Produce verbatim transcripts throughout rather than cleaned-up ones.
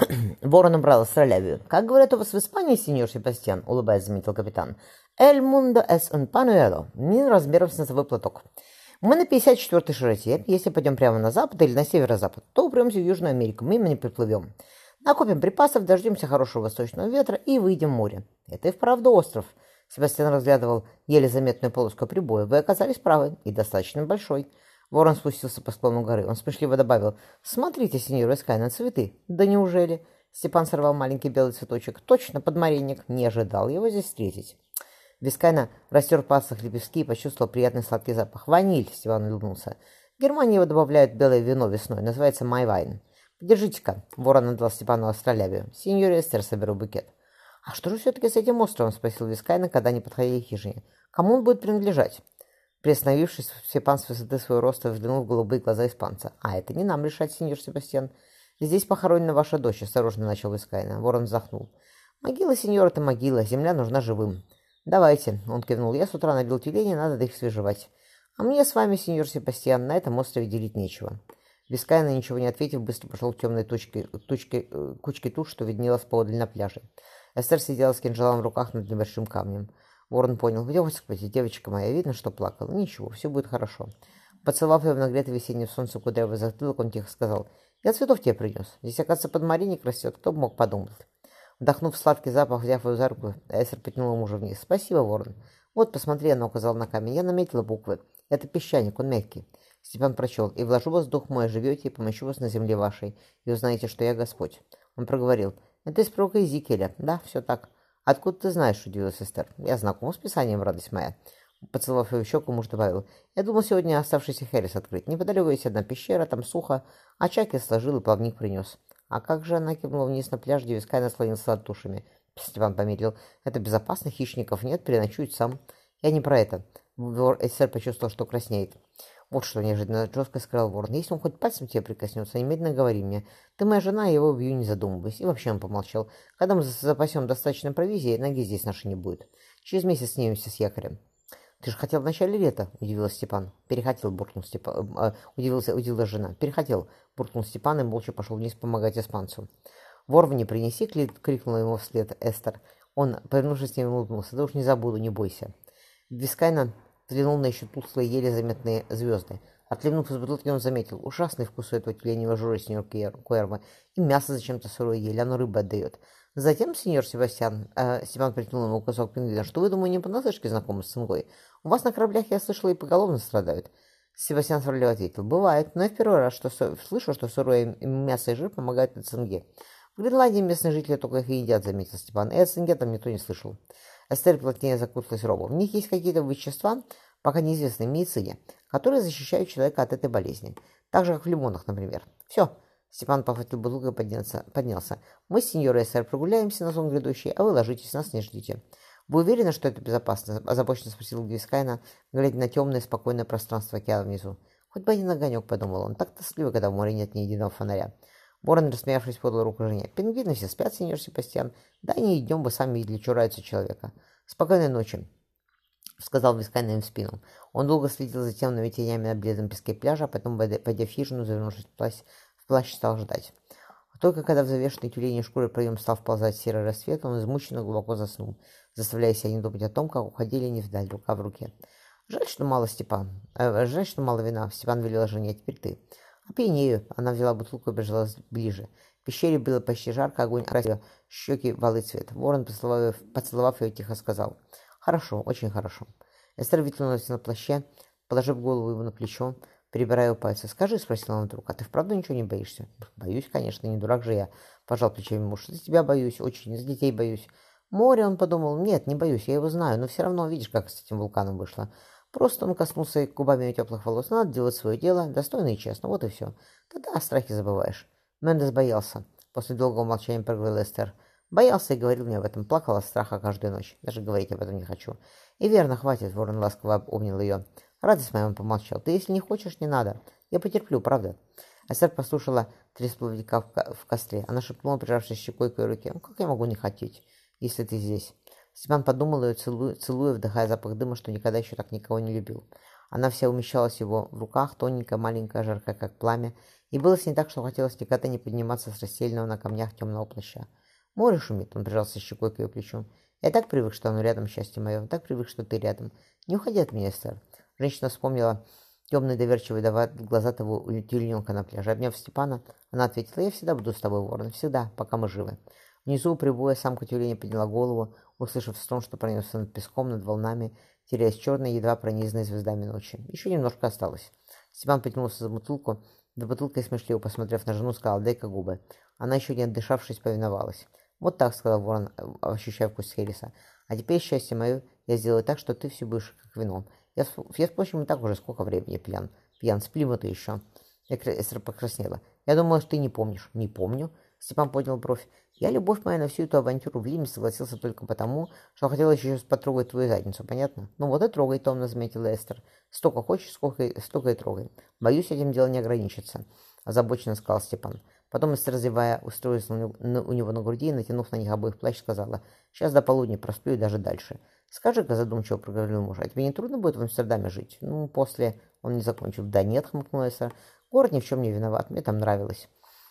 Ворон убрал астролябию. «Как говорят у вас в Испании, сеньор Себастьян?» — улыбаясь, заметил капитан. «El mundo es un pañuelo». Мин размером с носовой платок. «Мы на пятьдесят четвёртой широте. Если пойдем прямо на запад или на северо-запад, то упремся в Южную Америку. Мимо не приплывем. Накопим припасов, дождемся хорошего восточного ветра и выйдем в море». «Это и вправду остров». Себастьян разглядывал еле заметную полоску прибоя. «Вы оказались правы, и достаточно большой». Ворон спустился по склону горы. Он смешливо добавил: «Смотрите, сеньор Искайна, цветы». «Да неужели?» Степан сорвал маленький белый цветочек. «Точно, подмаренник. Не ожидал его здесь встретить». Вискайна растер в пальцах лепестки и почувствовал приятный сладкий запах. «Ваниль!» — Степан улыбнулся. В Германии его добавляют в белое вино весной. Называется майвайн. «Держите-ка!» — Ворон отдал Степану астролябию. «Сеньоре Эстер, соберу букет». «А что же все-таки с этим островом?» — спросил Вискайна, когда они подходили к хижине. «Кому он будет принадлежать?» Приостановившись, Степан с высоты своего роста взглянул в голубые глаза испанца. «А это не нам решать, сеньор Себастьян. Здесь похоронена ваша дочь», — осторожно начал Вискайна. Ворон вздохнул. «Могила, сеньор, это могила. Земля нужна живым». «Давайте», — он кивнул. «Я с утра набил тюленей, надо их свежевать. А мне с вами, сеньор Себастьян, на этом острове делить нечего». Вискайна, ничего не ответив, быстро пошел к темной точке, точке, э, кучке туш, что виднелась поодаль на пляже. Эстер сидела с кинжалом в руках над небольшим камнем. Ворон понял: «Господи, девочка моя, видно, что плакала. Ничего, все будет хорошо». Поцеловав ее в нагретый весенним солнцем кудрявый затылок, он тихо сказал: «Я цветов тебе принес. Здесь, оказывается, подмаренник растет. Кто бы мог подумать». Вдохнув сладкий запах, взяв ее за руку, Эстер потянула мужа вниз. «Спасибо, Ворон. Вот, посмотри», — она указала на камень. «Я наметила буквы. Это песчаник, он мягкий». Степан прочел: «И вложу вас в дух мой, живете, и помощу вас на земле вашей, и узнаете, что я Господь». Он проговорил: «Это из пророка Иезекииля». «Да, все так». «Откуда ты знаешь?» — удивилась Эстер. «Я знаком с Писанием, радость моя». Поцеловав ее в щеку, муж добавил: «Я думал сегодня оставшийся Херес открыть. Неподалеку есть одна пещера, там сухо, а чаки сложил и плавник принес». «А как же?» — она кивнула вниз на пляж, где Вискайна склонился над тушами. Степан помедлил. «Это безопасно, хищников нет, переночует сам». «Я не про это». Эстер почувствовал, что краснеет. «Вот что», — неожиданно жестко сказал Ворон. «Если он хоть пальцем тебе прикоснется, немедленно говори мне. Ты моя жена, я его убью, не задумываясь». И вообще он помолчал. «Когда мы запасем достаточно провизии, ноги здесь нашей не будет. Через месяц снимемся с якорем». «Ты же хотел в начале лета», — удивилась Степан. «Перехотел», — буркнул Степан. Э, удивился, удивилась жена. «Перехотел», — буркнул Степан и молча пошел вниз помогать испанцу. «Ворв, не принеси!» — крикнула ему вслед Эстер. Он, повернувшись с ним, улыбнулся. «Да уж не забуду, не бойся». Вискайна взглянул на еще тусклые, еле заметные звезды. Отливнув из бутылки, он заметил: «Ужасный вкус у этого тюленевого жира, сеньор Куэрмо, и мясо зачем-то сырое ели, оно рыбы отдает». Затем, сеньор Себастьян, э, Степан притянул ему кусок пингвина: «Что вы, думаю, не понаслышке знакомы с цингой? У вас на кораблях, я слышала, и поголовно страдают». Себастьян сварливо ответил: «Бывает, но я в первый раз что слышу, что сырое мясо и жир помогают от цинге». «В Гренландии местные жители только их и едят», — заметил Степан. «И о цинге там никто не слышал». Эстер плотнее закуталась в робу. «В них есть какие-то вещества, пока неизвестные, в медицине, которые защищают человека от этой болезни. Так же, как в лимонах, например. Все». Степан похватил бутылку и поднялся. поднялся. «Мы с сеньорой Эстер прогуляемся на сон грядущий, а вы ложитесь, нас не ждите». «Вы уверены, что это безопасно?» — озабоченно спросил Вискайна, глядя на темное, спокойное пространство океана внизу. «Хоть бы один огонек», — подумал он. «Так тоскливо, когда в море нет ни единого фонаря». Ворон, рассмеявшись, подал руку жене. «Пингвины все спят, сеньор Себастьян. Да и не днем вы сами видели, чураются человека. Спокойной ночи», — сказал Вискайна им в спину. Он долго следил за темными тенями на бледном песке пляжа, а потом, войдя в хижину, завернувшись в плащ, в плащ стал ждать. Только когда в завешенной тюленей шкурой проем стал вползать серый рассвет, он измученно глубоко заснул, заставляя себя не думать о том, как уходили они вдаль, рука в руке. «Жаль, что мало, Степан. Э, жаль, что мало вина», — Степан велел жене. «А теперь ты». «Опьянею». Она взяла бутылку и побежала ближе. В пещере было почти жарко, огонь окрасил щеки в алый цвет. Ворон, поцеловав, поцеловав ее, тихо сказал: «Хорошо, очень хорошо». Эстер вытянулась на плаще, положив голову ему на плечо, перебирая его пальцы. «Скажи», — спросила он вдруг, — «а ты вправду ничего не боишься?» «Боюсь, конечно, не дурак же я», — пожал плечами муж. «За тебя боюсь, очень, за детей боюсь». «Море», — он подумал. «Нет, не боюсь, я его знаю, но все равно видишь, как с этим вулканом вышло». Просто он коснулся губами ее теплых волос. Надо делать свое дело, достойно и честно, вот и все. Тогда о страхе забываешь. Мендес боялся. После долгого молчания проговорил Эстер. Боялся и говорил мне об этом. Плакал от страха каждую ночь. Даже говорить об этом не хочу. И верно, хватит, Ворон ласково обнял ее. Радость моя, он помолчал. Ты, если не хочешь, не надо. Я потерплю, правда. Эстер послушала треск плавника в костре. Она шепнула, прижавшись щекой к ее руке. Ну, как я могу не хотеть, если ты здесь? Степан подумал ее, целуя, целуя, вдыхая запах дыма, что никогда еще так никого не любил. Она вся умещалась в его в руках, тоненькая, маленькая, жаркая, как пламя, и было с ней так, что хотелось никогда не подниматься с расстеленного на камнях темного плаща. Море шумит, он прижался щекой к ее плечу. Я так привык, что оно рядом, счастье мое, так привык, что ты рядом. Не уходи от меня, сэр. Женщина вспомнила темные доверчивые глаза того тюлененка на пляже. Обняв Степана, она ответила: я всегда буду с тобой, Ворон, всегда, пока мы живы. Внизу, прибоя, самка тюленя подняла голову, услышав стон, что пронесся над песком, над волнами, теряясь черной, едва пронизанной звездами ночи. Еще немножко осталось. Степан потянулся за бутылку, до бутылки смешливо, посмотрев на жену, сказал: дай-ка губы. Она, еще не отдышавшись, повиновалась. Вот так, сказал Ворон, ощущая вкус Хереса. А теперь, счастье мое, я сделаю так, что ты все будешь как вино. Я, я впрочем, и так уже сколько времени пьян. Пьян, сплю ты еще. Эстер покраснела. Я думала, что ты не помнишь. Не помню. Степан поднял бровь. Я, любовь моя, на всю эту авантюру в Лиме согласился только потому, что хотел еще потрогать твою задницу, понятно? Ну вот и трогай, томно заметила Эстер. Столько хочешь, сколько, столько и трогай. Боюсь, этим дело не ограничится, озабоченно сказал Степан. Потом, раздевая, устроилась у него на груди и, натянув на них обоих плащ, сказала: сейчас до полудня просплю и даже дальше. Скажи-ка, задумчиво проговорил муж, а тебе не трудно будет в Амстердаме жить? Ну, после... Он не закончил. Да нет, хмыкнула Эстер. Город ни в чем не виноват, мне там нравилось.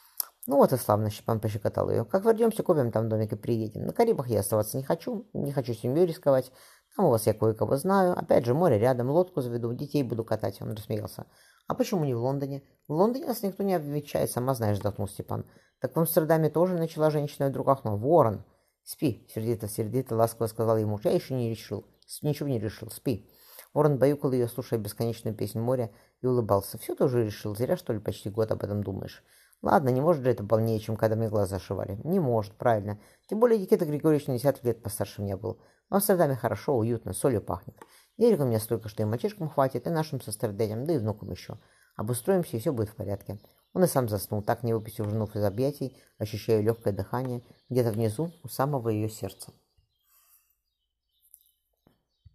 Ну вот и славно, Степан пощекотал ее. Как вернемся, купим там домик и приедем. На Карибах я оставаться не хочу, не хочу семью рисковать. Там у вас я кое-кого знаю. Опять же, море рядом, лодку заведу, детей буду катать. Он рассмеялся. А почему не в Лондоне? В Лондоне нас никто не обвечает, сама знаешь, вздохнул Степан. Так в Амстердаме тоже начала женщина вдруг ахнула. Ворон! Спи, сердито-сердито, ласково сказал ему муж. Я еще не решил. Ничего не решил, спи. Ворон баюкал ее, слушая бесконечную песню моря, и улыбался. Все ты уже решил, зря, что ли, почти год об этом думаешь. Ладно, не может же это полнее, чем когда мне глаза зашивали. Не может, правильно. Тем более Никита Григорьевич на десяток лет постарше меня был. В Амстердаме хорошо, уютно, солью пахнет. Денег у меня столько, что и мальчишкам хватит, и нашим сострадениям, да и внукам еще. Обустроимся, и все будет в порядке. Он и сам заснул, так не выпустив жену из объятий, ощущая легкое дыхание где-то внизу, у самого ее сердца.